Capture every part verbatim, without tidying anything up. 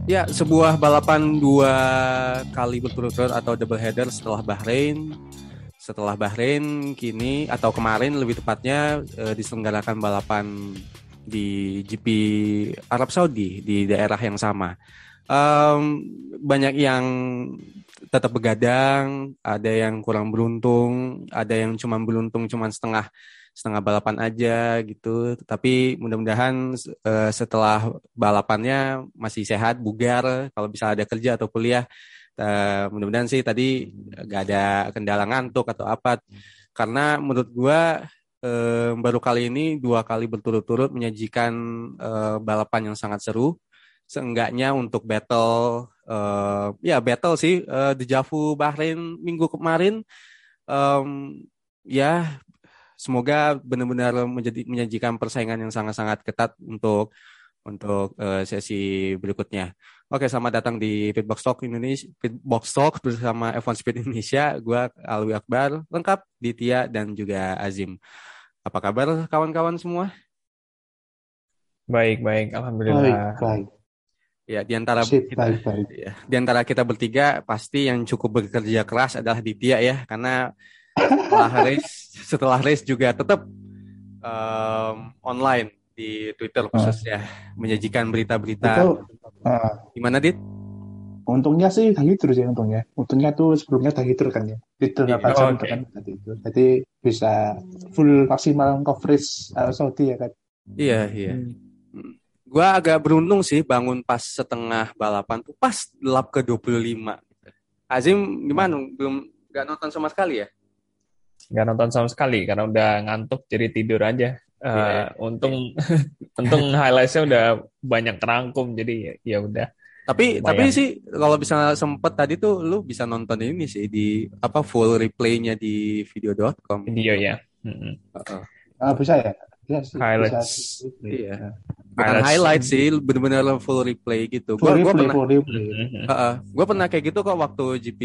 Ya, sebuah balapan dua kali berturut-turut atau double header setelah Bahrain. Setelah Bahrain, kini atau kemarin lebih tepatnya eh, diselenggarakan balapan di G P Arab Saudi di daerah yang sama. Em, banyak yang tetap begadang, ada yang kurang beruntung, ada yang cuma beruntung cuma setengah setengah balapan aja gitu. Tapi mudah-mudahan eh, setelah balapannya masih sehat, bugar. Kalau bisa ada kerja atau kuliah, eh, mudah-mudahan sih tadi gak ada kendala ngantuk atau apa. Karena menurut gua eh, baru kali ini dua kali berturut-turut menyajikan eh, balapan yang sangat seru. Seenggaknya untuk battle, eh, ya battle sih, eh, Deja Vu Bahrain minggu kemarin, em, ya semoga benar-benar menjadi menyajikan persaingan yang sangat-sangat ketat untuk untuk eh, sesi berikutnya. Oke, selamat datang di Pitbox Talk Indonesia, Pitbox Talk bersama F satu Speed Indonesia. Gua Alwi Akbar, lengkap Ditya dan juga Azim. Apa kabar kawan-kawan semua? Baik, baik. Baik, Alhamdulillah. baik. Ya, di antara Sip, kita, baik, baik. ya, di antara kita bertiga pasti yang cukup bekerja keras adalah Ditya ya, karena setelah race, setelah race juga tetap em, online di Twitter Nah, khususnya menyajikan itu berita-berita. uh, Gimana, Dit? untungnya sih tadi terus ya untungnya. Untungnya tuh sebelumnya tadi terus kan ya. Itu Iya, berapa Oh, jam oke. itu kan tadi itu. Jadi bisa full maksimal coverage Arab Saudi ya kan. iya, iya. Hmm. Hmm. Gua agak beruntung sih bangun pas setengah balapan tuh pas lap ke dua puluh lima. Azim gimana? Belum nggak nonton sama sekali ya? Nggak nonton sama sekali karena udah ngantuk jadi tidur aja. Iya, Eh, iya. untung untung highlights-nya udah banyak terangkum jadi ya ya udah Tapi tapi lumayan. sih kalau bisa sempet tadi tuh lu bisa nonton ini sih di apa full replaynya di video dot com. Video ya. Mm-mm. Heeh. Ah, bisa ya? Bisa sih, bisa sih. Highlights Iya. Nah, Bukan highlights. highlight sih, bener-bener full replay gitu. full Gua gua replay, pernah full replay. Mm-mm. heeh, gua pernah kayak gitu kok waktu G P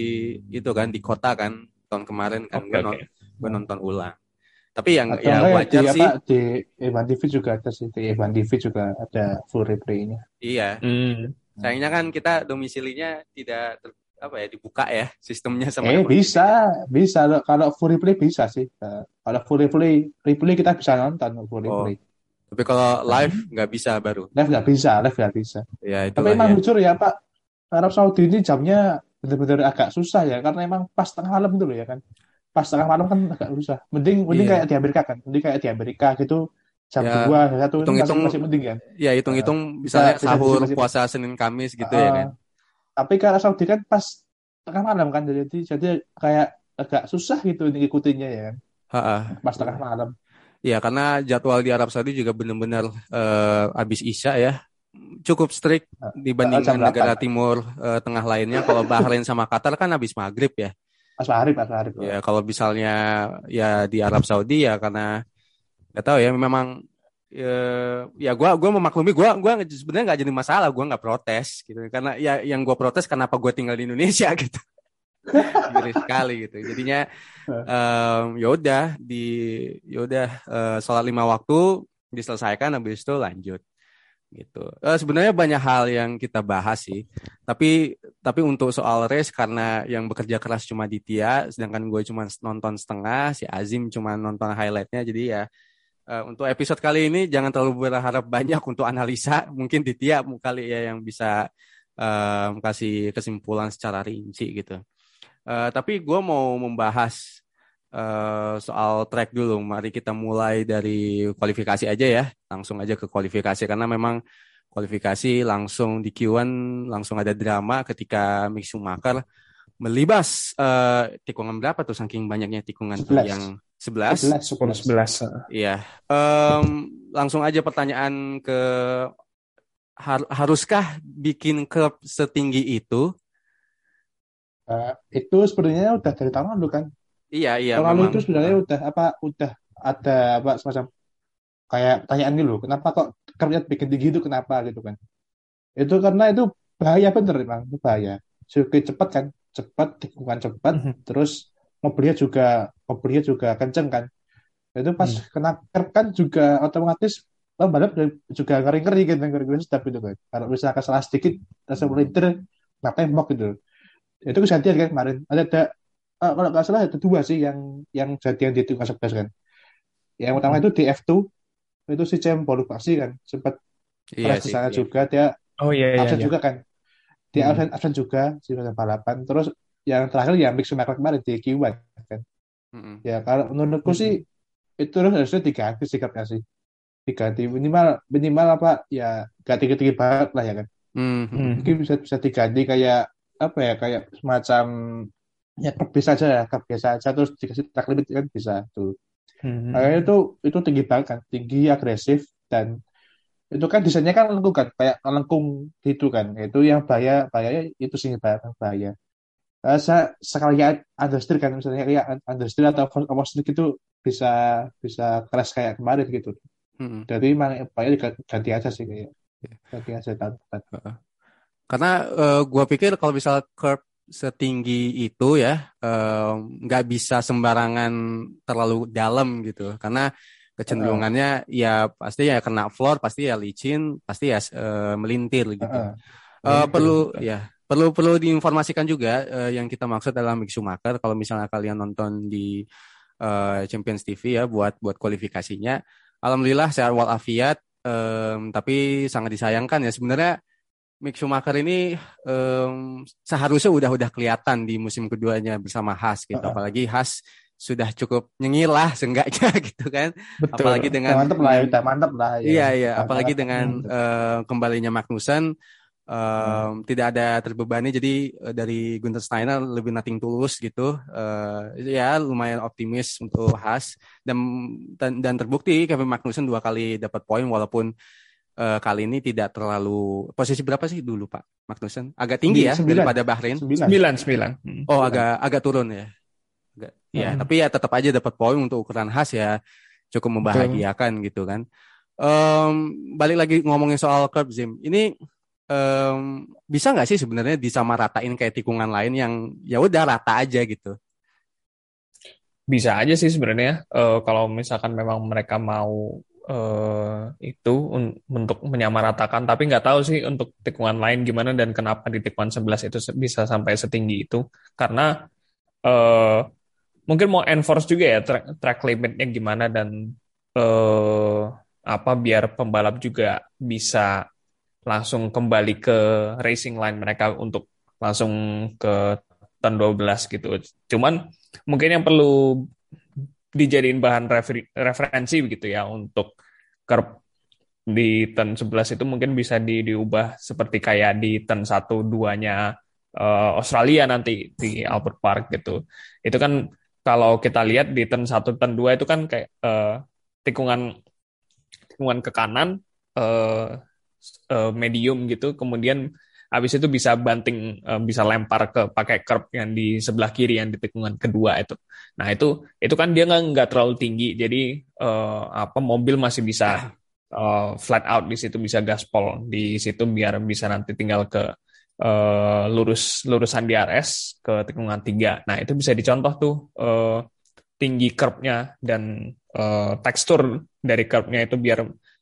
itu kan di kota kan tahun kemarin kan Oke, gua non oke. gua Nah, nonton ulang. Tapi yang atau ya enggak ya di wajar apa sih. di Evan T V juga ada sih. Di Evan T V juga ada full replaynya. Iya. Hmm. Sayangnya kan kita domisilinya tidak ter- apa ya dibuka ya sistemnya sama Eh F satu bisa, Speed ya. bisa. Kalau full replay bisa sih. Eh, Kalau full replay, replay kita bisa nonton full Oh, replay. tapi kalau Nah, live nggak bisa baru. live nggak bisa, live nggak bisa. Ya Tapi itulah emang ya. jujur ya Pak, Arab Saudi ini jamnya benar-benar agak susah ya, karena emang pas tengah malam dulu ya kan. Pas tengah malam kan agak susah. Mending, mending kayak Iya. di Amerika kan, mending kayak di Amerika gitu jam Ya dua, jam satu itu masih hitung-hitung masih mending kan. ya Nah, hitung-hitung bisa misalnya bisa sahur masih. puasa Senin Kamis gitu ya eh, kan. tapi ke Arab Saudi kan pas tengah malam kan, jadi jadi kayak agak susah gitu ngikutinnya ya kan. Ha. Pas tengah malam. Ya karena jadwal di Arab Saudi juga benar-benar eh, habis Isya ya. Cukup strict Eh, jam dibandingkan delapan negara timur eh, tengah lainnya. Kalau Bahrain sama Qatar kan habis maghrib ya. Mas Farid, Mas Farid. Ya kalau misalnya ya di Arab Saudi ya karena nggak tahu ya memang ya, ya gue gua memaklumi gue gua sebenarnya nggak jadi masalah, gue nggak protes gitu karena ya yang gue protes kenapa gue tinggal di Indonesia gitu. Ngeri sekali gitu jadinya em, ya udah di ya udah eh, sholat lima waktu diselesaikan habis itu lanjut gitu. Eh, sebenarnya banyak hal yang kita bahas sih, tapi tapi untuk soal race karena yang bekerja keras cuma Ditya, sedangkan gue cuma nonton setengah, si Azim cuma nonton highlightnya, jadi ya eh, untuk episode kali ini jangan terlalu berharap banyak untuk analisa, mungkin Ditya kali ya yang bisa em, kasih kesimpulan secara rinci gitu. Eh, tapi gue mau membahas eh, soal track dulu. Mari kita mulai dari kualifikasi aja ya. Langsung aja ke kualifikasi karena memang kualifikasi langsung di Q satu langsung ada drama ketika Mick Schumacher melibas eh, tikungan berapa tuh saking banyaknya tikungan tuh sebelas, yang sebelas. sebelas, Sepuluh sebelas. sebelas. Iya. Em, langsung aja pertanyaan ke har- haruskah bikin klub setinggi itu? Eh, itu sebenarnya udah dari tahun lalu kan. Iya, iya Tahun lalu memang. itu sebenarnya Eh, udah apa udah ada apa semacam kayak pertanyaan gitu, kenapa kok kerja bikin tinggi itu kenapa gitu kan. Itu karena itu bahaya bener memang, itu bahaya. Sirkuit cepat kan, cepat, tikungan cepat, terus mobilnya juga mobilnya juga kenceng kan. Itu pas Hmm. kena kerb kan juga otomatis pembalap juga ngeri-ngeri gitu, ngeri-ngeri sedap gitu kan. Kalau misalkan salah sedikit, langsung melintir, nah tembok gitu. Itu kejadian kan kemarin. Ada, ada eh, kalau nggak salah ada dua sih yang yang kejadian di Tikungan sebelas kan. Yang pertama Hmm. itu di F dua, itu si Cem Polupaksi kan, sempat Iya crash di sih, sana iya. juga, dia Oh iya iya absen iya. juga kan. Dia Hmm. absen, absen juga di balapan. Terus yang terakhir ya Mick Schumacher kemarin di Q satu kan. Mm-mm. Ya kalau menurutku sih Hmm. itu harusnya diganti sikapnya sih. Diganti minimal minimal apa ya, gak tinggi-tinggi banget lah ya kan. Mm-mm. Mungkin Hmm. bisa bisa diganti kayak apa ya, kayak semacam ya kerb biasa aja ya, kerb biasa aja, terus dikasih track limit kan bisa tuh. Makanya Hmm. itu itu tinggi banget kan, tinggi, agresif, dan itu kan desainnya kan lengkung kan, kayak lengkung gitu kan. Itu yang bahaya, bahayanya itu sih bahaya, bahaya. Eh, saya sekali understeer kan, misalnya kayak understeer atau oversteer itu bisa bisa crash kayak kemarin gitu. Mm-mm. Jadi emang bahaya ganti aja sih, kayak ganti aja tahun depan. Heeh. Karena eh, gua pikir kalau misal curb setinggi itu ya eh, nggak bisa sembarangan terlalu dalam gitu. Karena Heeh, kecenderungannya ya pasti ya kena floor, pasti ya licin, pasti ya eh, melintir gitu. heeh. Eh, Melintir. perlu ya perlu perlu diinformasikan juga eh, yang kita maksud adalah Mick Schumacher. Kalau misalnya kalian nonton di eh, Champions T V ya buat buat kualifikasinya, alhamdulillah sehat walafiat. Em, tapi sangat disayangkan ya sebenarnya Mick Schumacher ini em, seharusnya udah udah kelihatan di musim keduanya bersama Haas gitu. Heeh. Apalagi Haas sudah cukup nyengir lah seenggaknya gitu kan. Apalagi Betul. Udah dengan mantep lah ya, dengan udah mantep lah ya. iya iya, Udah apalagi balapan dengan mantep. eh, kembalinya Magnussen Heeh. em, tidak ada terbebani jadi eh, dari Gunther Steiner lebih nothing tulus gitu. Eh, ya lumayan optimis untuk Haas dan dan, dan terbukti Kevin Magnussen dua kali dapat poin walaupun eh, kali ini tidak terlalu posisi berapa sih dulu Pak Magnussen? Agak tinggi Sembi- ya Sembilan. daripada Bahrain. Sembilan. Sembilan sembilan. Hmm. Oh Sembilan. agak agak turun ya. Agak, ya Heeh. Hmm. tapi ya tetap aja dapat poin untuk ukuran khas ya cukup Betul. membahagiakan gitu kan. Em, balik lagi ngomongin soal curb Zim. Ini em, bisa nggak sih sebenarnya disamaratain kayak tikungan lain yang ya udah rata aja gitu. Bisa aja sih sebenarnya eh, kalau misalkan memang mereka mau eh, itu un- untuk menyamaratakan, tapi nggak tahu sih untuk tikungan lain gimana dan kenapa di tikungan sebelas itu se- bisa sampai setinggi itu. Karena eh, mungkin mau enforce juga ya track, track limitnya gimana dan eh, apa biar pembalap juga bisa langsung kembali ke racing line mereka untuk langsung ke turn dua belas gitu. Cuman mungkin yang perlu dijadiin bahan refer- referensi begitu ya untuk curve di turn sebelas itu mungkin bisa di, diubah seperti kayak di turn satu dua-nya eh, Australia nanti di Albert Park gitu. Itu kan kalau kita lihat di turn satu turn dua itu kan kayak eh, tikungan tikungan ke kanan eh, eh, medium gitu, kemudian habis itu bisa banting eh, bisa lempar ke pakai curb yang di sebelah kiri yang di tikungan kedua itu. Nah itu itu kan dia nggak nggak terlalu tinggi, jadi eh, apa mobil masih bisa eh, flat out di situ, bisa gaspol di situ biar bisa nanti tinggal ke eh, lurus lurusan D R S ke tikungan tiga. Nah itu bisa dicontoh tuh eh, tinggi curb-nya dan eh, tekstur dari curb-nya itu biar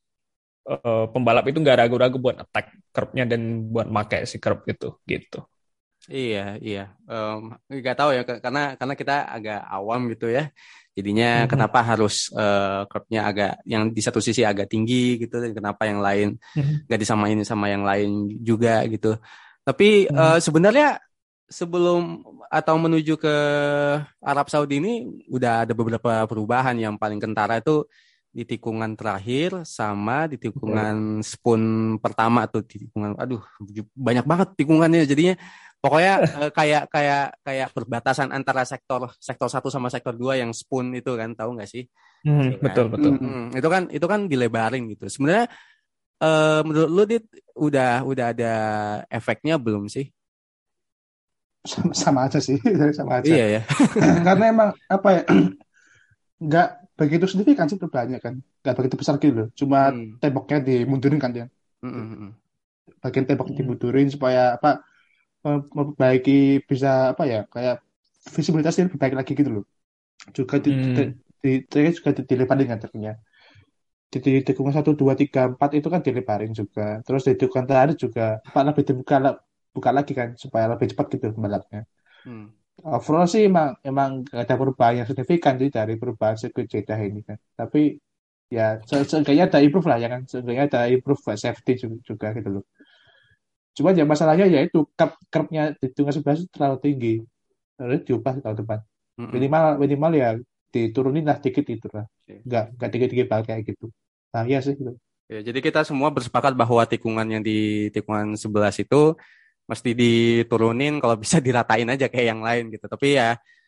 eh, pembalap itu nggak ragu-ragu buat attack curb-nya dan buat pakai si curb itu gitu. Iya, iya. Em, nggak tahu ya ke- karena karena kita agak awam gitu ya. Jadinya Mhm. kenapa harus eh, curve-nya agak yang di satu sisi agak tinggi gitu dan kenapa yang lain Mhm. nggak disamain sama yang lain juga gitu. Tapi eh, Mhm. sebenarnya sebelum atau menuju ke Arab Saudi ini udah ada beberapa perubahan yang paling kentara itu di tikungan terakhir sama di Betul. tikungan spoon pertama atau di tikungan aduh banyak banget tikungannya jadinya pokoknya eh, kayak kayak kayak perbatasan antara sektor sektor satu sama sektor dua yang spoon itu kan tahu nggak sih Mhm. itu kan Betul betul. Hmm. Mm, itu kan itu kan dilebarin gitu sebenarnya eh, menurut lu Dit udah udah ada efeknya belum sih? Sama, sama aja sih, sama aja. Iya ya. Karena emang apa ya, nggak begitu signifikan sih perubahannya kan, nggak begitu besar gitu loh. Cuma Hmm. temboknya dimundurin kan ya, Mm, mm, mm. bagian tembok Mhm. dimundurin supaya apa, mem- memperbaiki, bisa apa ya, kayak visibilitasnya lebih baik lagi gitu loh. Juga di, di, Mhm. di, di- juga di, dilebar dengan truknya. di di tikungan satu dua tiga empat itu kan dilebarin juga. Terus di tikungan terakhir juga Pak lebih dibuka buka lagi kan supaya lebih cepat gitu balapnya. Hmm. Overall sih emang emang gak ada perubahan yang signifikan sih dari perubahan sirkuit Jeddah ini kan. Tapi ya se- seenggaknya ada improve lah ya kan. Seenggaknya ada improve buat safety juga, juga gitu loh. Cuma ya masalahnya ya itu curb curbnya di tikungan sebelas itu terlalu tinggi. Harus diubah tahun depan. Mm-mm. Minimal minimal ya diturunin lah dikit itu lah. Oke. Nggak nggak tinggi-tinggi banget kayak gitu. Nah iya sih gitu. Ya, jadi kita semua bersepakat bahwa tikungan yang di tikungan sebelas itu mesti diturunin, kalau bisa diratain aja kayak yang lain gitu. Tapi ya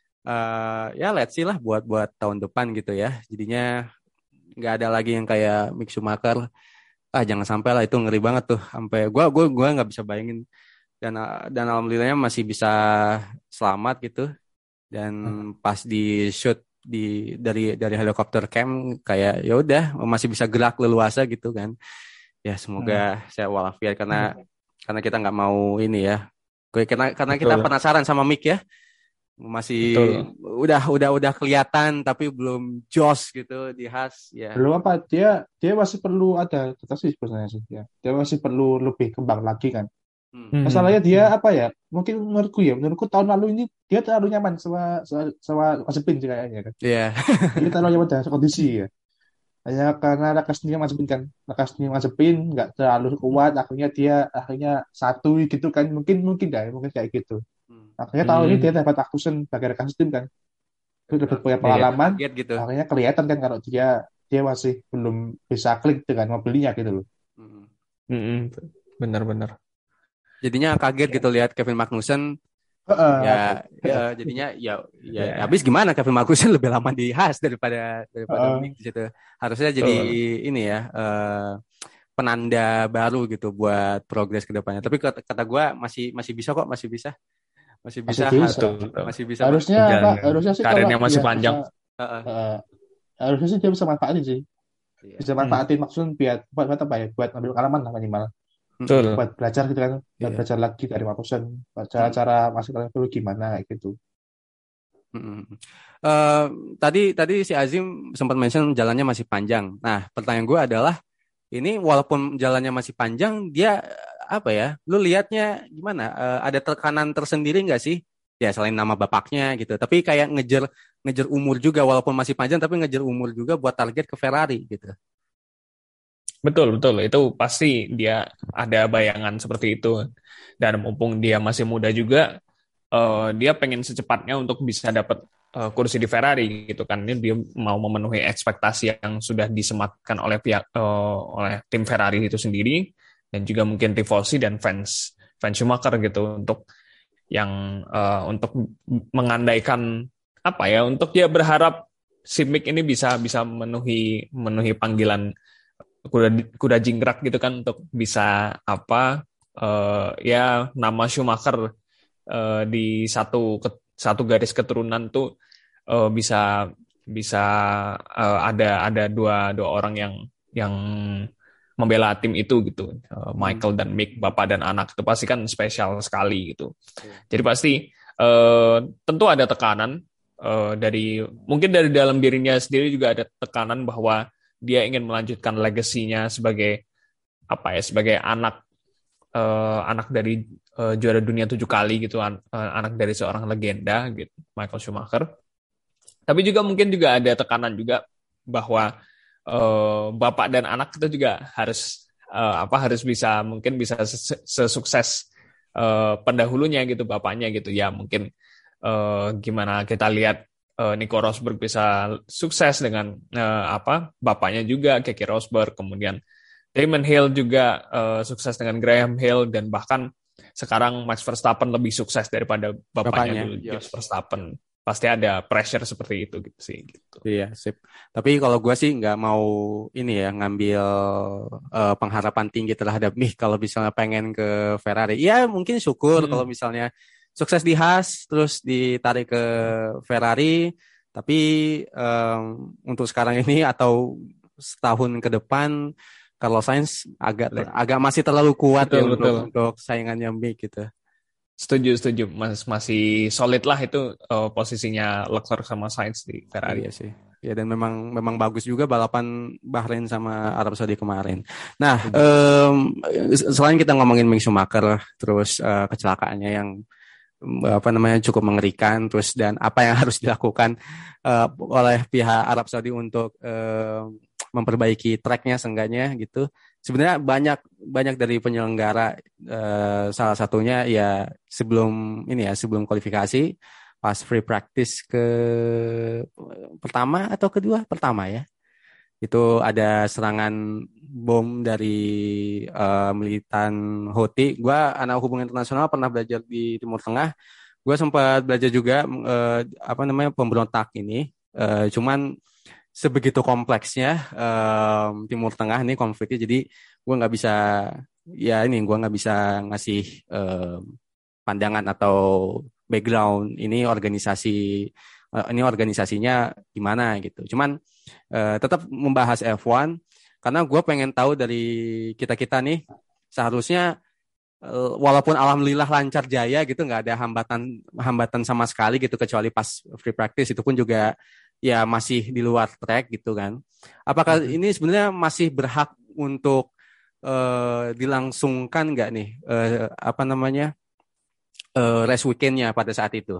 eh, ya let's see lah buat buat tahun depan gitu ya. Jadinya nggak ada lagi yang kayak Mick Schumacher. Ah jangan sampai lah, itu ngeri banget tuh. Sampai gua gua gua nggak bisa bayangin, dan dan alhamdulillahnya masih bisa selamat gitu. Dan Nah, pas di shoot di dari dari helikopter cam kayak ya udah masih bisa gerak leluasa gitu kan. Ya nah, semoga saya walafiat, karena karena kita nggak mau ini ya. Karena karena kita Betul, penasaran sama Mick ya. Masih betul. udah udah udah kelihatan tapi belum jos gitu di Haas ya. belum apa dia dia masih perlu ada tetap sih sebenarnya sih ya. Dia masih perlu lebih kembang lagi kan. Hmm. Masalahnya Mhm. dia apa ya? Mungkin menurutku ya, menurutku tahun lalu ini dia terlalu nyaman sama sama, sama Mazepin sih kayaknya kan. Iya. Dia terlalu nyaman dengan kondisi ya. Hanya karena Rakasnya Mazepin kan, Rakasnya Mazepin nggak terlalu kuat, akhirnya dia akhirnya satu gitu kan. Mungkin mungkin ya, mungkin kayak gitu. Hmm. Akhirnya tahun ini dia Mhm. dapat Magnussen sebagai rekan tim kan. Dia dapat punya Iya, pengalaman, Kaget gitu. akhirnya kelihatan kan kalau dia dia masih belum bisa klik dengan mobilnya gitu loh. Hmm. Mhm. Benar-benar. Jadinya kaget gitu lihat Kevin Magnussen. Heeh, Ya, ya jadinya ya ya Ya, habis gimana, Kevin Magnussen lebih lama di Haas daripada daripada heeh. Mick di situ. Harusnya jadi betul. ini ya, eh, penanda baru gitu buat progres ke depannya. Tapi kata, kata gue masih masih bisa kok, masih bisa. Masih Masih bisa ha- bisa. Betul, betul. masih bisa Mas. Harusnya apa? Dan Harusnya sih kalau karirnya masih dia bisa panjang. Heeh. eh, harusnya sih dia bisa manfaatin sih. Iya. Bisa Hmm. manfaatin maksudnya biar buat, buat apa ya? Buat ambil pengalaman lah minimal. Mm-mm. Betul. Buat belajar gitu kan. Buat Iya. belajar lagi dari Magnussen. Mm-mm. Cara-cara masuk ke level gimana kayak gitu. Mm-mm. Eh, tadi tadi si Azim sempat mention jalannya masih panjang. Nah, pertanyaan gue adalah, ini walaupun jalannya masih panjang, dia eh, apa ya? Lu lihatnya gimana? Eh, ada tekanan tersendiri nggak sih? Ya selain nama bapaknya gitu. Tapi kayak ngejar ngejar umur juga, walaupun masih panjang tapi ngejar umur juga buat target ke Ferrari gitu. Betul, betul. Itu pasti dia ada bayangan seperti itu. Dan mumpung dia masih muda juga, eh, dia pengen secepatnya untuk bisa dapat eh, kursi di Ferrari gitu kan. Ini dia mau memenuhi ekspektasi yang sudah disematkan oleh pihak eh, oleh tim Ferrari itu sendiri, dan juga mungkin tifosi dan fans fans Schumacher gitu, untuk yang eh, untuk mengandaikan apa ya, untuk dia berharap si Mick ini bisa bisa memenuhi memenuhi panggilan kuda kuda jingkrak gitu kan, untuk bisa apa, eh, ya nama Schumacher eh, di satu ke- satu garis keturunan tuh eh, bisa bisa eh, ada ada dua dua orang yang yang membela tim itu gitu. Eh, Hmm. Michael dan Mick, bapak dan anak, itu pasti kan spesial sekali gitu. Iya. Jadi pasti eh, tentu ada tekanan eh, dari mungkin dari dalam dirinya sendiri, juga ada tekanan bahwa dia ingin melanjutkan legasinya sebagai apa ya, sebagai anak eh, anak dari eh, juara dunia tujuh kali gitu, an- eh, anak dari seorang legenda gitu, Michael Schumacher. Tapi juga mungkin juga ada tekanan juga bahwa eh, bapak dan anak itu juga harus eh, apa harus bisa, mungkin bisa ses- sesukses eh, pendahulunya gitu, bapaknya gitu ya. Mungkin eh, gimana kita lihat eh, Nico Rosberg bisa sukses dengan eh, apa bapaknya juga, Keke Rosberg, kemudian Damon Hill juga eh, sukses dengan Graham Hill, dan bahkan sekarang Max Verstappen lebih sukses daripada bapaknya Bapaknya, dulu, Jos Yos. Verstappen. Pasti ada pressure seperti itu gitu sih gitu. Iya, sip. Tapi kalau gue sih nggak mau ini ya, ngambil eh, pengharapan tinggi terhadap nih kalau misalnya pengen ke Ferrari. Iya, mungkin syukur kalau Hmm, misalnya sukses di Haas terus ditarik ke Ferrari. Tapi em, untuk sekarang ini atau setahun ke depan, Carlos Sainz agak ter- agak masih terlalu kuat ya betul untuk betul. untuk saingannya Mick gitu. Setuju setuju. Mas, masih solid lah itu eh, posisinya Leclerc sama Sainz di Ferrari. Iya sih. Ya, dan memang memang bagus juga balapan Bahrain sama Arab Saudi kemarin. Nah, um, selain kita ngomongin Mick Schumacher, terus uh, kecelakaannya yang apa namanya cukup mengerikan, terus dan apa yang harus dilakukan uh, oleh pihak Arab Saudi untuk uh, memperbaiki tracknya seenggaknya gitu. Sebenarnya banyak banyak dari penyelenggara, uh, salah satunya ya sebelum ini ya sebelum kualifikasi pas free practice ke pertama atau kedua pertama ya, itu ada serangan bom dari uh, militan Houthi. Gue anak hubungan internasional, pernah belajar di Timur Tengah. Gue sempat belajar juga uh, apa namanya pemberontak ini. Uh, cuman sebegitu kompleksnya uh, Timur Tengah ini konfliknya. Jadi gue nggak bisa ya ini gue nggak bisa ngasih uh, pandangan atau background ini organisasi uh, ini organisasinya gimana gitu. Cuman uh, tetap membahas F satu karena gue pengen tahu dari kita-kita nih, seharusnya uh, walaupun alhamdulillah lancar jaya gitu, nggak ada hambatan hambatan sama sekali gitu, kecuali pas free practice itu pun juga ya masih di luar track gitu kan. Apakah mm-hmm. ini sebenarnya masih berhak untuk uh, dilangsungkan nggak nih uh, apa namanya uh, race weekendnya pada saat itu?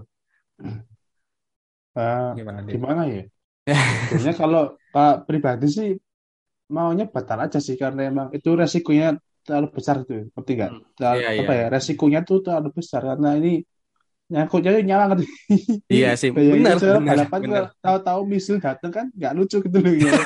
Uh, gimana, gimana ya? Sebenarnya kalau Pak pribadi sih maunya batal aja sih, karena emang itu resikonya terlalu besar tuh, ngerti nggak? Terlalu, iya, apa iya. ya? Resikonya tuh terlalu besar karena ini nyangkutnya nyawa ngerti. Iya sih, benar. Balapan tahu-tahu misil datang kan nggak lucu gitu loh ya.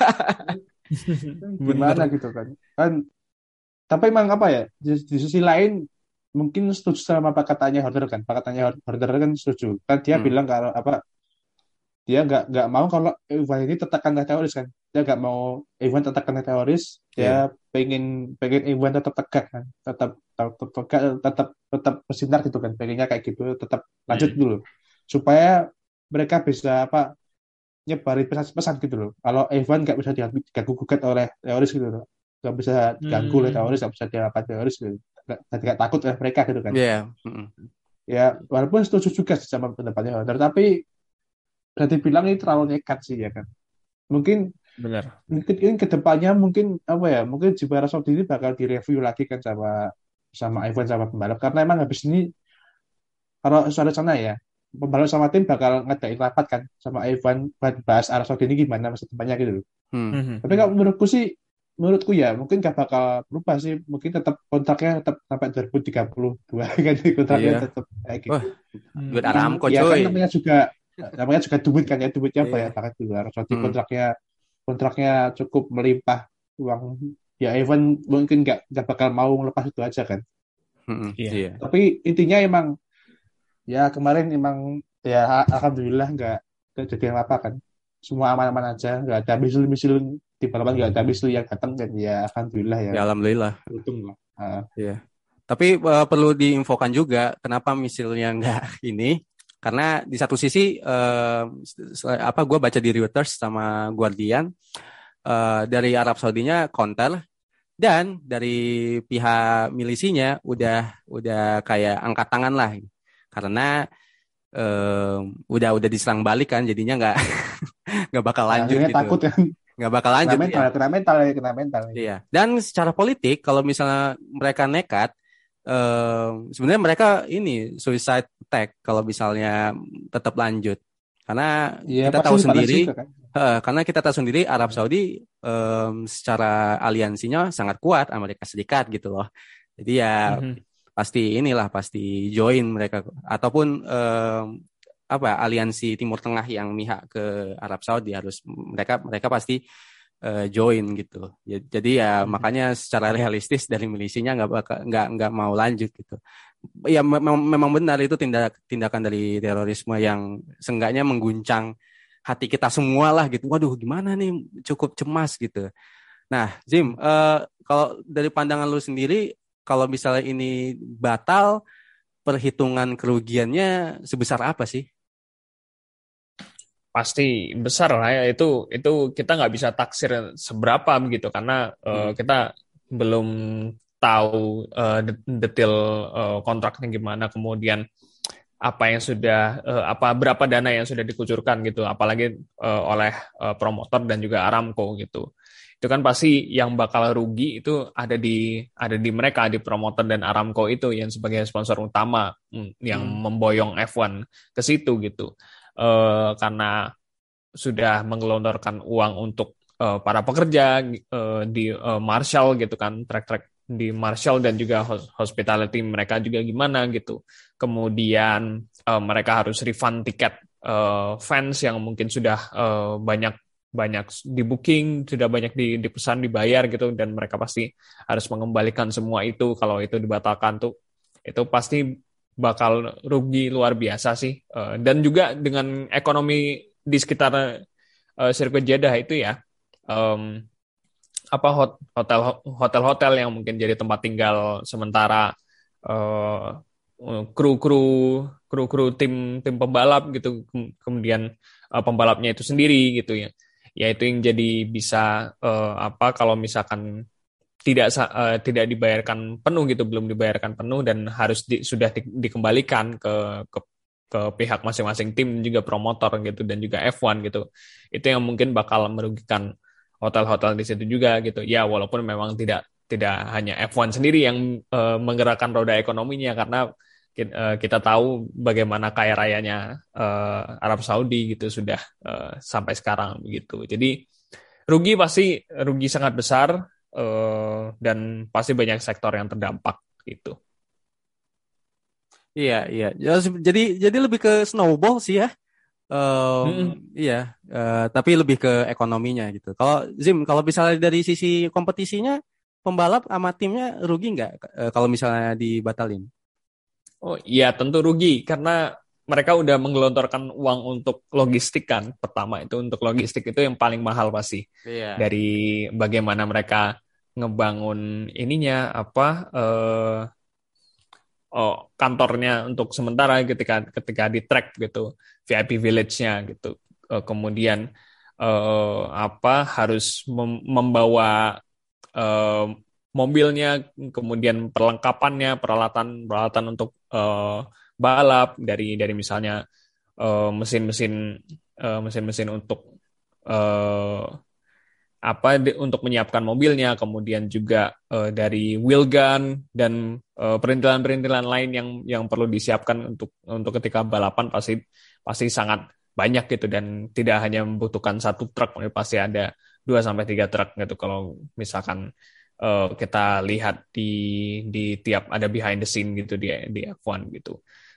Gimana gitu kan? Kan tapi emang apa ya? Di, di sisi lain mungkin setuju sama apa katanya Horner kan? Apa katanya Horner kan setuju. Kan dia hmm. bilang kalau apa? Dia nggak nggak mau kalau event ini tetekan teroris kan, dia nggak mau event tetekan teroris, dia yeah. pengen pengen event tetap tegak kan, tetap tetap tegak, tetap tetap bersinar gitu kan, pengennya kayak gitu, tetap lanjut hmm. dulu supaya mereka bisa apa nyebarin pesan-pesan gitu loh. Kalau event nggak bisa diganggu gugat oleh teroris gitu loh, nggak bisa diganggu hmm. oleh teroris, nggak bisa diapa teroris gitu, nggak nggak takut oleh mereka gitu kan. Yeah. Mm-hmm. Ya walaupun setuju juga sama pendapatnya Horner, tapi berarti bilang ini terlalu nekat sih ya kan. Mungkin benar. Mungkin ke depannya mungkin apa ya? Mungkin Arab Saudi ini bakal direview lagi kan sama sama event sama pembalap, karena emang habis ini kalau soal sana ya pembalap sama tim bakal ngadain rapat kan sama event buat bahas Arab Saudi ini gimana masa depannya gitu loh. Hmm. Tapi kalau menurutku sih menurutku ya mungkin gak bakal berubah sih, mungkin tetap kontraknya tetap sampai dua ribu tiga puluh dua kan, kontraknya iya. tetap kayak gitu. Duit oh, Aramco ya, cuy. Kan namanya juga namanya juga duit kan ya, duitnya banyak banget di luar. Soalnya hmm. kontraknya kontraknya cukup melimpah uang ya, event mungkin nggak nggak bakal mau lepas itu aja kan. Hmm. Yeah. Tapi intinya emang ya kemarin emang ya alhamdulillah nggak kejadian apa kan, semua aman-aman aja, nggak ada misil-misil di balapan, nggak ada misil yang datang dan ya alhamdulillah ya. Ya alhamdulillah. Untung lah. Uh. Yeah. Tapi uh, perlu diinfokan juga kenapa misilnya nggak ini. Karena di satu sisi uh, apa gue baca di Reuters sama Guardian, uh, dari Arab Saudinya counter, dan dari pihak milisinya udah udah kayak angkat tangan lah, karena uh, udah udah diserang balik kan, jadinya nggak nggak bakal lanjut nah, gitu. Takut kan? Nggak bakal lanjut. Kena mental, ya. kena mental, kena mental. Iya. Dan secara politik kalau misalnya mereka nekat, Uh, sebenarnya mereka ini suicide attack kalau misalnya tetap lanjut, karena ya, kita tahu sendiri juga, kan? uh, karena kita tahu sendiri Arab Saudi um, secara aliansinya sangat kuat Amerika Serikat gitu loh, jadi ya mm-hmm. pasti inilah pasti join mereka, ataupun um, apa aliansi Timur Tengah yang mihak ke Arab Saudi harus mereka mereka pasti Uh, join gitu ya, jadi ya hmm. makanya secara realistis dari milisinya nggak bakal nggak nggak mau lanjut gitu ya. Memang memang benar itu tindak tindakan dari terorisme yang seenggaknya mengguncang hati kita semua lah gitu. Waduh gimana nih, cukup cemas gitu. Nah Zim, uh, kalau dari pandangan lu sendiri, kalau misalnya ini batal, perhitungan kerugiannya sebesar apa sih? Pasti besar lah ya, itu itu kita nggak bisa taksir seberapa begitu, karena hmm. uh, kita belum tahu uh, detail uh, kontraknya gimana, kemudian apa yang sudah uh, apa berapa dana yang sudah dikucurkan gitu, apalagi uh, oleh uh, promotor dan juga Aramco gitu. Itu kan pasti yang bakal rugi itu ada di ada di mereka, di promotor dan Aramco itu yang sebagai sponsor utama mm, yang Hmm. memboyong F satu ke situ gitu. Uh, karena sudah menggelontorkan uang untuk uh, para pekerja uh, di uh, Marshall gitu kan, track-track di Marshall dan juga hospitality mereka juga gimana gitu. Kemudian uh, mereka harus refund tiket uh, fans yang mungkin sudah uh, banyak banyak di booking, sudah banyak di, dipesan, dibayar gitu, dan mereka pasti harus mengembalikan semua itu. Kalau itu dibatalkan tuh, itu pasti bakal rugi luar biasa sih. Uh, dan juga dengan ekonomi di sekitar uh, sirkuit Jeddah itu ya, um, apa hotel hotel-hotel yang mungkin jadi tempat tinggal sementara uh, kru-kru kru-kru tim tim pembalap gitu, kemudian uh, pembalapnya itu sendiri gitu ya, ya itu yang jadi bisa uh, apa kalau misalkan tidak uh, tidak dibayarkan penuh gitu, belum dibayarkan penuh dan harus di, sudah di, dikembalikan ke, ke ke pihak masing-masing tim juga promotor gitu dan juga F satu gitu. Itu yang mungkin bakal merugikan hotel-hotel di situ juga gitu. Ya walaupun memang tidak tidak hanya F satu sendiri yang uh, menggerakkan roda ekonominya, karena kita, uh, kita tahu bagaimana kaya rayanya uh, Arab Saudi gitu sudah uh, sampai sekarang begitu. Jadi rugi pasti rugi sangat besar. Uh, dan pasti banyak sektor yang terdampak gitu. Iya, iya. Ya, se- Jadi jadi lebih ke snowball sih ya. Em, Mm-mm. iya, eh, tapi lebih ke ekonominya gitu. Kalau Zim, kalau misalnya dari sisi kompetisinya, pembalap sama timnya rugi nggak eh, kalau misalnya dibatalin? Oh iya tentu rugi karena mereka udah menggelontorkan uang untuk logistik kan. Pertama itu untuk logistik itu yang paling mahal pasti. Iya. Dari bagaimana mereka ngebangun ininya apa eh, oh, kantornya untuk sementara ketika ketika di track gitu, V I P Village-nya gitu. Eh, kemudian eh, apa harus mem- membawa eh, mobilnya, kemudian perlengkapannya, peralatan-peralatan untuk eh, balap dari dari misalnya eh, mesin-mesin eh, mesin-mesin untuk eh, apa de- untuk menyiapkan mobilnya, kemudian juga eh, dari wheel gun dan eh, perintilan-perintilan lain yang yang perlu disiapkan untuk untuk ketika balapan pasti pasti sangat banyak gitu, dan tidak hanya membutuhkan satu truk, pasti ada dua sampai tiga truk gitu kalau misalkan eh, kita lihat di di tiap ada behind the scene gitu di di F satu gitu.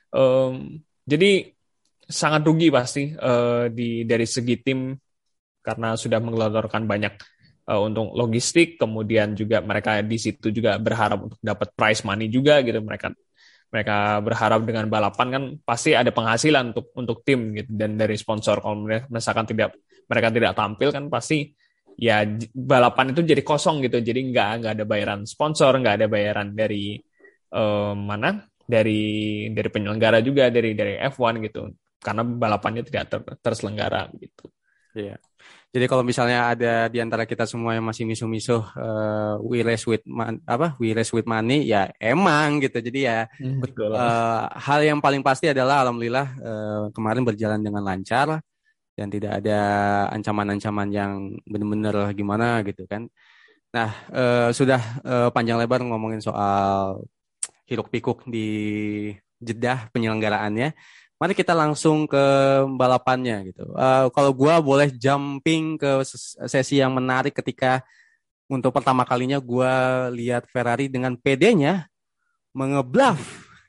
Em, jadi sangat rugi pasti eh, di dari segi tim karena sudah menggelontorkan banyak uh, untuk logistik, kemudian juga mereka di situ juga berharap untuk dapat prize money juga gitu. Mereka mereka berharap dengan balapan kan pasti ada penghasilan untuk untuk tim gitu, dan dari sponsor kalau misalkan tidak mereka tidak tampil kan pasti ya balapan itu jadi kosong gitu, jadi nggak nggak ada bayaran sponsor, nggak ada bayaran dari uh, mana dari dari penyelenggara juga dari dari F satu gitu, karena balapannya tidak ter, terselenggara gitu. Iya. Jadi kalau misalnya ada di antara kita semua yang masih misuh-misuh eh, we race with man- apa we race with money ya emang gitu. Jadi ya Hmm, betul. eh, hal yang paling pasti adalah alhamdulillah eh, kemarin berjalan dengan lancar dan tidak ada ancaman-ancaman yang benar-benar gimana gitu kan. Nah, eh, sudah eh, panjang lebar ngomongin soal hiruk-pikuk di Jeddah penyelenggaraannya. Mari kita langsung ke balapannya gitu. Eh, kalau gua boleh jumping ke ses- sesi yang menarik ketika untuk pertama kalinya gua lihat Ferrari dengan P D-nya mengebluff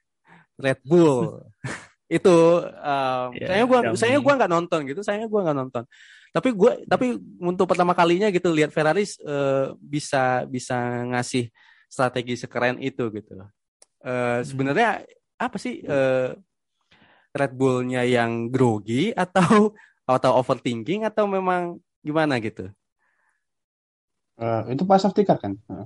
Red Bull. Itu eh, Ya, saya gua saya dummy. gua nggak nonton gitu, saya gua nggak nonton. Tapi gua tapi untuk pertama kalinya gitu lihat Ferrari eh, bisa bisa ngasih strategi sekeren itu gitu. Eh, Hmm. sebenarnya apa sih eh, Red Bull-nya yang grogi atau atau overthinking atau memang gimana gitu? Eh, itu pas safety car kan? Nah,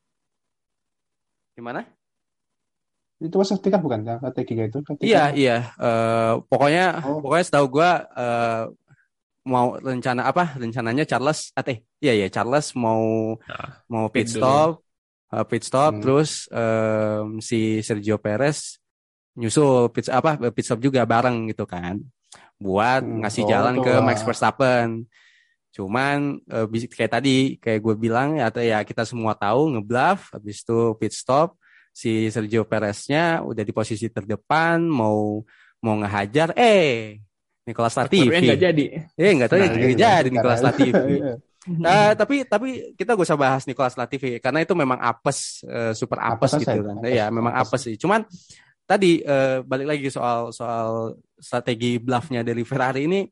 Gimana? itu pas safety car bukan? Yang strategi itu safety Iya, car. iya. Eh, pokoknya Oh, pokoknya setahu gua eh, mau rencana apa? Rencananya Charles, ah, eh, iya iya Charles mau Nah, mau pit pit dulu. stop, eh, pit stop, hmm. terus em, si Sergio Perez nyusul pit apa pit stop juga bareng gitu kan, buat Hmm. ngasih Oh, jalan itu ke Max lah. Verstappen. Cuman eh, bis- kayak tadi kayak gue bilang ya, ya kita semua tahu ngebluff, habis itu pit stop, si Sergio Perez-nya udah di posisi terdepan mau mau ngehajar, eh Nicolas Leclerc-nya nggak Latifi, jadi. eh nggak tahu ya Nah, jadi itu jadi itu karena Nicolas Latifi. iya. Eh, tapi tapi kita gak usah bahas Nicolas Latifi karena itu memang apes, eh, super Apa apes saja gitu itu? kan. Apa Ya memang apa apes sih. Cuman tadi eh, balik lagi soal soal strategi bluffnya dari Ferrari ini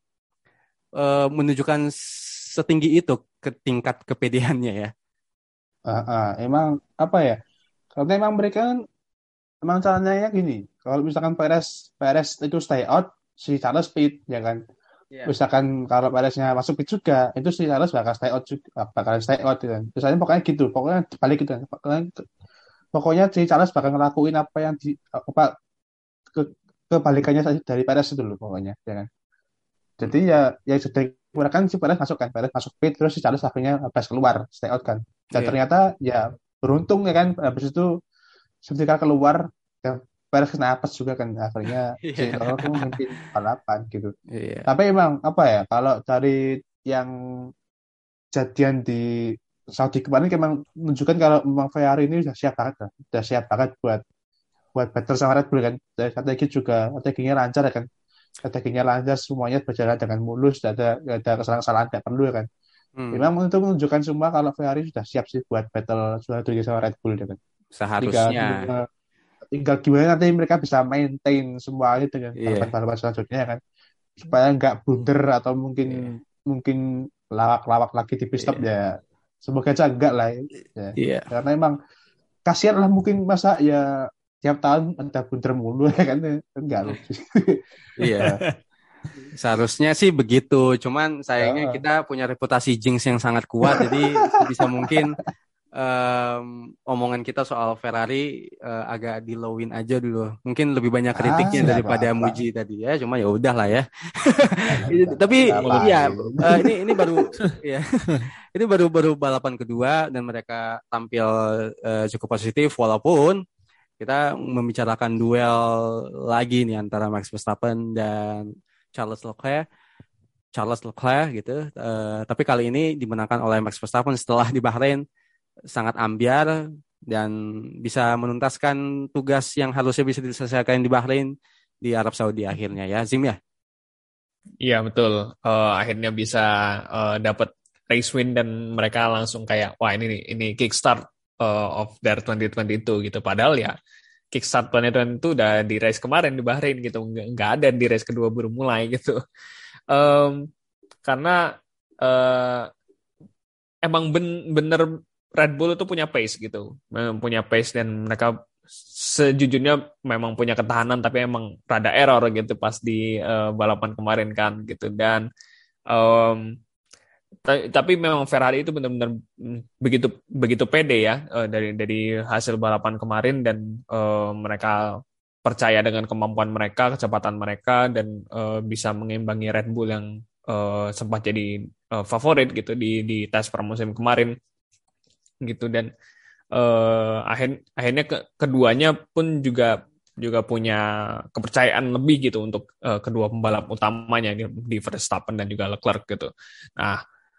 eh, menunjukkan setinggi itu ke tingkat kepedeannya ya. Ah, ah. Emang apa ya? Karena emang mereka kan emang caranya gini. Kalau misalkan Perez Perez itu stay out, si Charles speed ya kan. Iya. Misalkan kalau Pereznya masuk pit juga, itu si Charles bakal stay out juga, bakal stay out ya kan. Misalnya pokoknya gitu, pokoknya balik gitu kan. Pokoknya, pokoknya si Charles bakal ngelakuin apa yang di apa ke kebalikannya dari Perez itu loh pokoknya ya kan. Jadi ya ya sudah kan si Perez masuk kan, Perez masuk pit terus si Charles akhirnya habis keluar, stay out kan. Dan Iya. ternyata ya beruntung ya kan, habis itu ketika keluar ya Perez kena apes juga kan, akhirnya si Iya. Leclerc pun memimpin balapan gitu. Iya. Tapi emang apa ya, kalau dari yang jadian di Saudi kemarin emang menunjukkan kalau memang Ferrari ini udah siap banget kan, udah siap banget buat buat battle sama Red Bull kan. Dari strategi juga strateginya lancar ya kan, strateginya lancar, semuanya berjalan dengan mulus, tidak ada tidak ada kesalahan-kesalahan tidak perlu ya kan. Hmm, Memang untuk menunjukkan semua kalau Ferrari sudah siap sih buat battle juara dunia sama Red Bull ya kan. Tinggal seharusnya. tinggal tinggal gimana nanti mereka bisa maintain semuanya dengan Iya. balapan-balapan selanjutnya ya kan, supaya nggak blunder atau mungkin Iya. mungkin lawak-lawak lagi di pit stop Iya. ya. Semoga aja enggak lah ya. Iya. Karena emang kasihan lah mungkin masa ya tiap tahun ada blunder mulu ya kan, enggak lucu. Iya. Seharusnya sih begitu. Cuman sayangnya Ya, kita punya reputasi jinx yang sangat kuat. Jadi sebisa mungkin em, omongan kita soal Ferrari eh, agak dilowin aja dulu. Mungkin lebih banyak ah kritiknya nggak daripada apa-apa, muji tadi ya. Cuma ya udahlah ya. nggak apa-apa, Ini- Tapi nggak ya apa-apa. eh, ini ini baru ya ini baru baru balapan kedua dan mereka tampil eh, cukup positif walaupun kita membicarakan duel lagi nih antara Max Verstappen dan Charles Leclerc. Charles Leclerc gitu. Eh, tapi kali ini dimenangkan oleh Max Verstappen setelah di Bahrain sangat ambiar dan bisa menuntaskan tugas yang harusnya bisa diselesaikan di Bahrain di Arab Saudi akhirnya ya, Zim ya. Iya betul. Eh, akhirnya bisa eh, dapat race win dan mereka langsung kayak wah ini nih ini kickstart eh, of their dua ribu dua puluh dua gitu. Padahal ya kickstart dua ribu dua puluh itu udah di race kemarin di Bahrain gitu. Nggak, nggak ada di race kedua baru mulai gitu. Em, karena eh, emang ben- bener Red Bull itu punya pace gitu, memang punya pace dan mereka sejujurnya memang punya ketahanan tapi emang rada error gitu pas di eh, balapan kemarin kan gitu dan em, ta- tapi memang Ferrari itu benar-benar mm, begitu begitu pede ya eh, dari dari hasil balapan kemarin dan eh, mereka percaya dengan kemampuan mereka, kecepatan mereka dan eh, bisa mengimbangi Red Bull yang eh, sempat jadi eh, favorit gitu di di tes pramusim kemarin gitu dan eh, akhir akhirnya ke, keduanya pun juga juga punya kepercayaan lebih gitu untuk eh, kedua pembalap utamanya di, di Verstappen dan juga Leclerc gitu. Nah,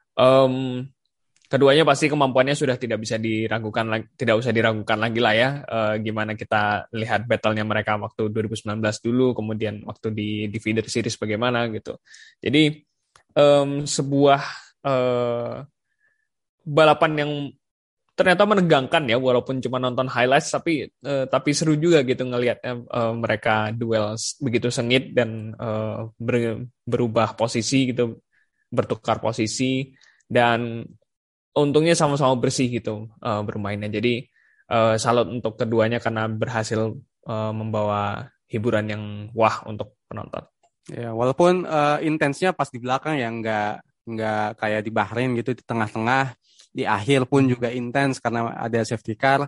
em, keduanya pasti kemampuannya sudah tidak bisa diragukan lagi, tidak usah diragukan lagi lah ya. Eh, gimana kita lihat battle-nya mereka waktu dua ribu sembilan belas dulu, kemudian waktu di di feeder series bagaimana gitu. Jadi em, sebuah eh, balapan yang ternyata menegangkan ya walaupun cuma nonton highlights tapi eh, tapi seru juga gitu ngelihatnya eh, mereka duel begitu sengit dan eh, ber- berubah posisi gitu bertukar posisi dan untungnya sama-sama bersih gitu eh, bermainnya jadi eh, salut untuk keduanya karena berhasil eh, membawa hiburan yang wah untuk penonton. Ya, walaupun eh, intensnya pas di belakang ya nggak nggak kayak di Bahrain gitu di tengah-tengah, di akhir pun juga intens karena ada safety car.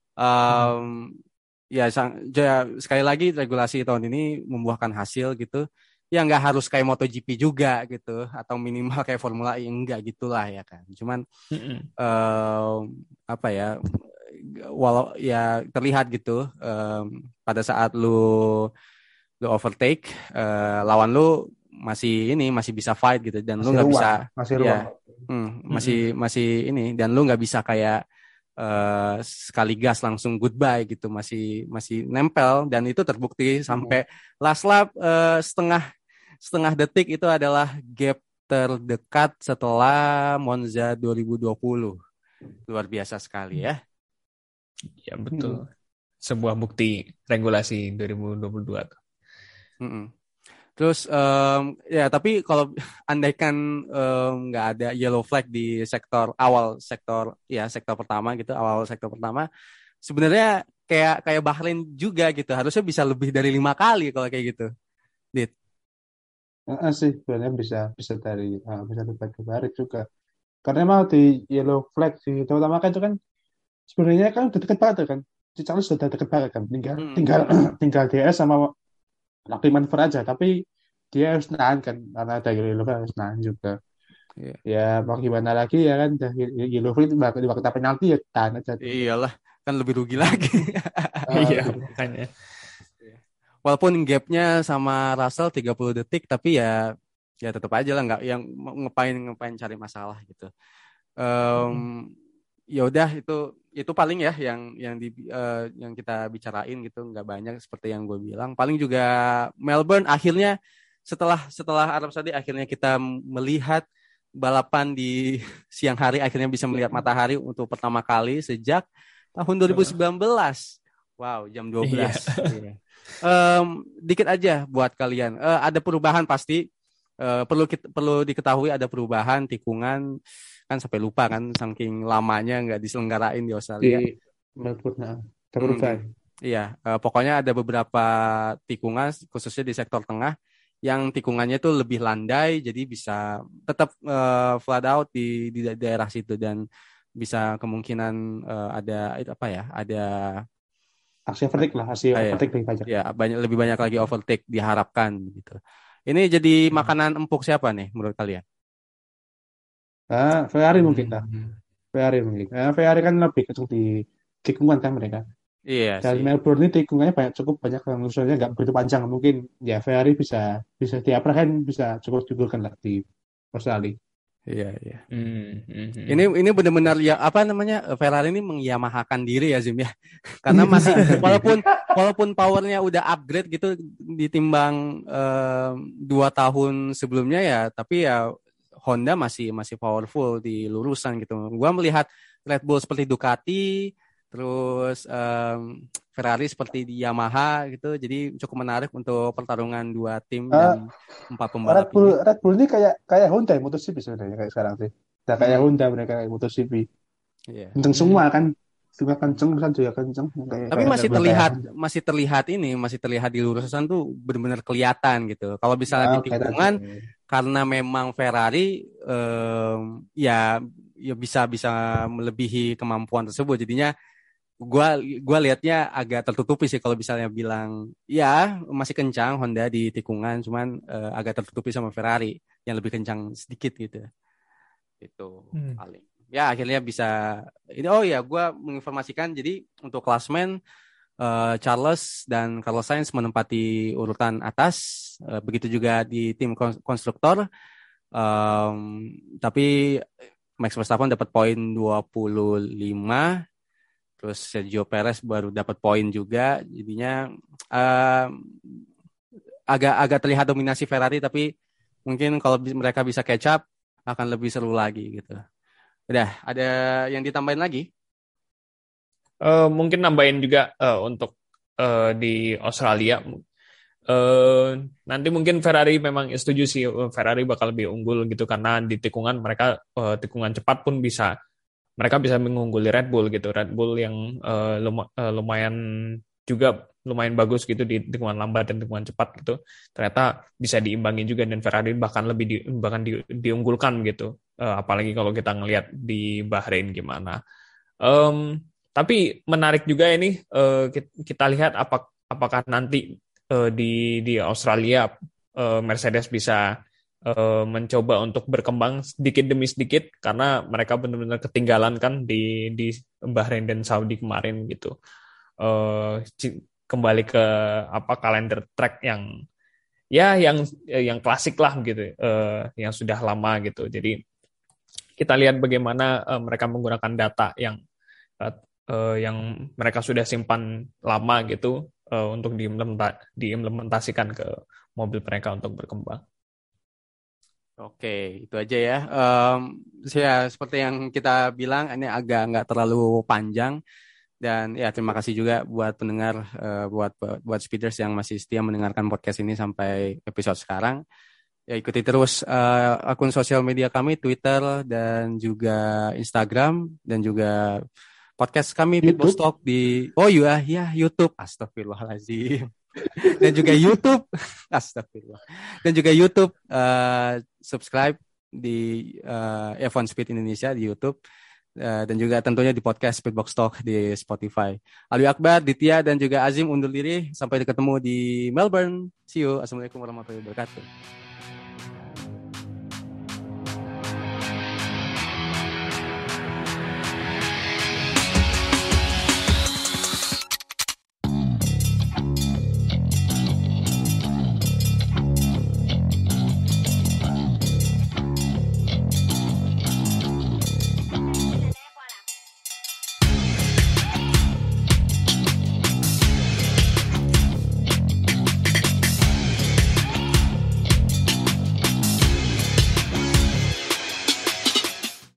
Um, ya, sang, ya sekali lagi regulasi tahun ini membuahkan hasil gitu. Ya nggak harus kayak MotoGP juga gitu atau minimal kayak Formula E enggak gitulah ya kan. Cuman Mm-mm. um, apa ya walau ya terlihat gitu um, pada saat lu lu overtake uh, lawan lu masih ini masih bisa fight gitu dan lu Masih nggak ruang, bisa masih ruang. ya hmm, masih masih ini dan lu nggak bisa kayak uh, sekali gas langsung goodbye gitu masih masih nempel dan itu terbukti sampai last lap uh, setengah setengah detik itu adalah gap terdekat setelah Monza dua ribu dua puluh. Luar biasa sekali ya. Ya betul. Sebuah bukti regulasi dua ribu dua puluh dua tuh. Mm-mm. Terus um, ya tapi kalau andaikan nggak um, ada yellow flag di sektor awal sektor ya sektor pertama gitu awal sektor pertama sebenarnya kayak kayak Bahrain juga gitu harusnya bisa lebih dari lima kali kalau kayak gitu. Dit. Heeh sih, sebenarnya bisa bisa dari uh, bisa lebih baik juga. Karena emang di yellow flag sih, terutama kan itu kan sebenarnya kan udah deket banget kan. Si Charles sudah deket banget kan. Tinggal Hmm. tinggal tinggal D S sama Lucky Maneuver aja. Tapi dia harus nahan kan, karena ada yellow flag harus nahan juga. Yeah. Ya mau gimana lagi ya kan, yellow flag di waktu penalti ya tahan aja. Iyalah, kan lebih rugi lagi. Iya, makanya. Walaupun gapnya sama Russell tiga puluh detik, tapi ya ya tetap aja lah nggak yang ngapain ngapain cari masalah gitu. Um, ya udah itu itu paling ya yang yang di uh, yang kita bicarain gitu nggak banyak seperti yang gue bilang. Paling juga Melbourne akhirnya setelah setelah Arab Saudi akhirnya kita melihat balapan di siang hari akhirnya bisa melihat matahari untuk pertama kali sejak tahun dua ribu sembilan belas. Wow, jam dua belas. Iya. Um, dikit aja buat kalian. Uh, ada perubahan pasti. Uh, perlu kita, perlu diketahui ada perubahan tikungan kan sampai lupa kan saking lamanya nggak diselenggarain di Australia. Di Melbourne, terubah. Hmm, iya, uh, pokoknya ada beberapa tikungan khususnya di sektor tengah yang tikungannya itu lebih landai jadi bisa tetap uh, flat out di, di daerah situ dan bisa kemungkinan uh, ada itu apa ya ada aksi overtake lah, aksi ah, overtake lebih banyak. Ya, banyak lebih banyak lagi overtake diharapkan gitu. Ini jadi hmm. makanan empuk siapa nih menurut kalian? Ah, Ferrari hmm. mungkin lah. Ferrari mungkin. Ah, Ferrari kan lebih kencang di tikungan kan mereka. Iya Dan sih. Melbourne ini tikungannya banyak cukup banyak yang misalnya nggak begitu panjang mungkin ya Ferrari bisa bisa diaprakan bisa cukup juga kan lah di Australia. Iya iya. Hmm, hmm, ini ini benar-benar ya apa namanya Ferrari ini mengyamahakan diri ya Zim ya. Karena masih walaupun walaupun powernya udah upgrade gitu ditimbang eh, dua tahun sebelumnya ya, tapi ya Honda masih masih powerful di lurusan gitu. Gua melihat Red Bull seperti Ducati, terus um, Ferrari seperti di Yamaha gitu. Jadi cukup menarik untuk pertarungan dua tim uh, dan empat pembalap Red Bull, ini. Red Bull ini kayak kayak Honda yang MotoGP sebenarnya kayak sekarang sih. Nah, kayak hmm. Honda mereka kayak MotoGP. Yeah. Kenceng hmm. semua kan. Juga kenceng kan juga kenceng. Kayak, Tapi kayak masih terlihat masih terlihat ini masih terlihat di lurusan tuh benar-benar kelihatan gitu. Kalau misalnya oh, di tikungan karena memang Ferrari um, ya ya bisa bisa melebihi kemampuan tersebut. Jadinya gua gua lihatnya agak tertutupi sih kalau misalnya bilang ya masih kencang Honda di tikungan cuman uh, agak tertutupi sama Ferrari yang lebih kencang sedikit gitu. Itu hmm. paling. Ya akhirnya bisa ini oh ya gue menginformasikan jadi untuk klasmen uh, Charles dan Carlos Sainz menempati urutan atas uh, begitu juga di tim konstruktor um, tapi Max Verstappen dapat poin dua puluh lima terus Sergio Perez baru dapat poin juga jadinya uh, agak agak terlihat dominasi Ferrari tapi mungkin kalau mereka bisa catch up akan lebih seru lagi gitu. Udah, ada yang ditambahin lagi? Uh, mungkin nambahin juga uh, untuk uh, di Australia. Uh, nanti mungkin Ferrari memang setuju sih Ferrari bakal lebih unggul gitu karena di tikungan mereka uh, tikungan cepat pun bisa mereka bisa mengungguli Red Bull gitu. Red Bull yang uh, lum- uh, lumayan juga lumayan bagus gitu di tikungan lambat dan tikungan cepat gitu. Ternyata bisa diimbangi juga dan Ferrari bahkan lebih di, bahkan di, diunggulkan gitu. Uh, apalagi kalau kita ngelihat di Bahrain gimana. Um, tapi menarik juga ini uh, kita, kita lihat apa, apakah nanti uh, di di Australia uh, Mercedes bisa uh, mencoba untuk berkembang sedikit demi sedikit karena mereka benar-benar ketinggalan kan di di Bahrain dan Saudi kemarin gitu. Uh, kembali ke apa kalender track yang ya yang yang klasik lah gitu, uh, yang sudah lama gitu. Jadi kita lihat bagaimana uh, mereka menggunakan data yang uh, uh, yang mereka sudah simpan lama gitu uh, untuk diimplementa- diimplementasikan ke mobil mereka untuk berkembang. Oke, itu aja ya. Um, ya seperti yang kita bilang, ini agak nggak terlalu panjang. Dan ya terima kasih juga buat pendengar, uh, buat buat speeders yang masih setia mendengarkan podcast ini sampai episode sekarang. Ya ikuti terus uh, akun sosial media kami, Twitter dan juga Instagram dan juga podcast kami Pitbox YouTube. Talk di oh iya ya YouTube. Astagfirullahaladzim. Dan juga YouTube. Astagfirullah. Dan juga YouTube uh, subscribe di uh, F satu Speed Indonesia di YouTube. Uh, dan juga tentunya di podcast Pitbox Talk di Spotify. Alwi Akbar, Ditya, dan juga Azim undur diri. Sampai ketemu di Melbourne. See you. Assalamualaikum warahmatullahi wabarakatuh.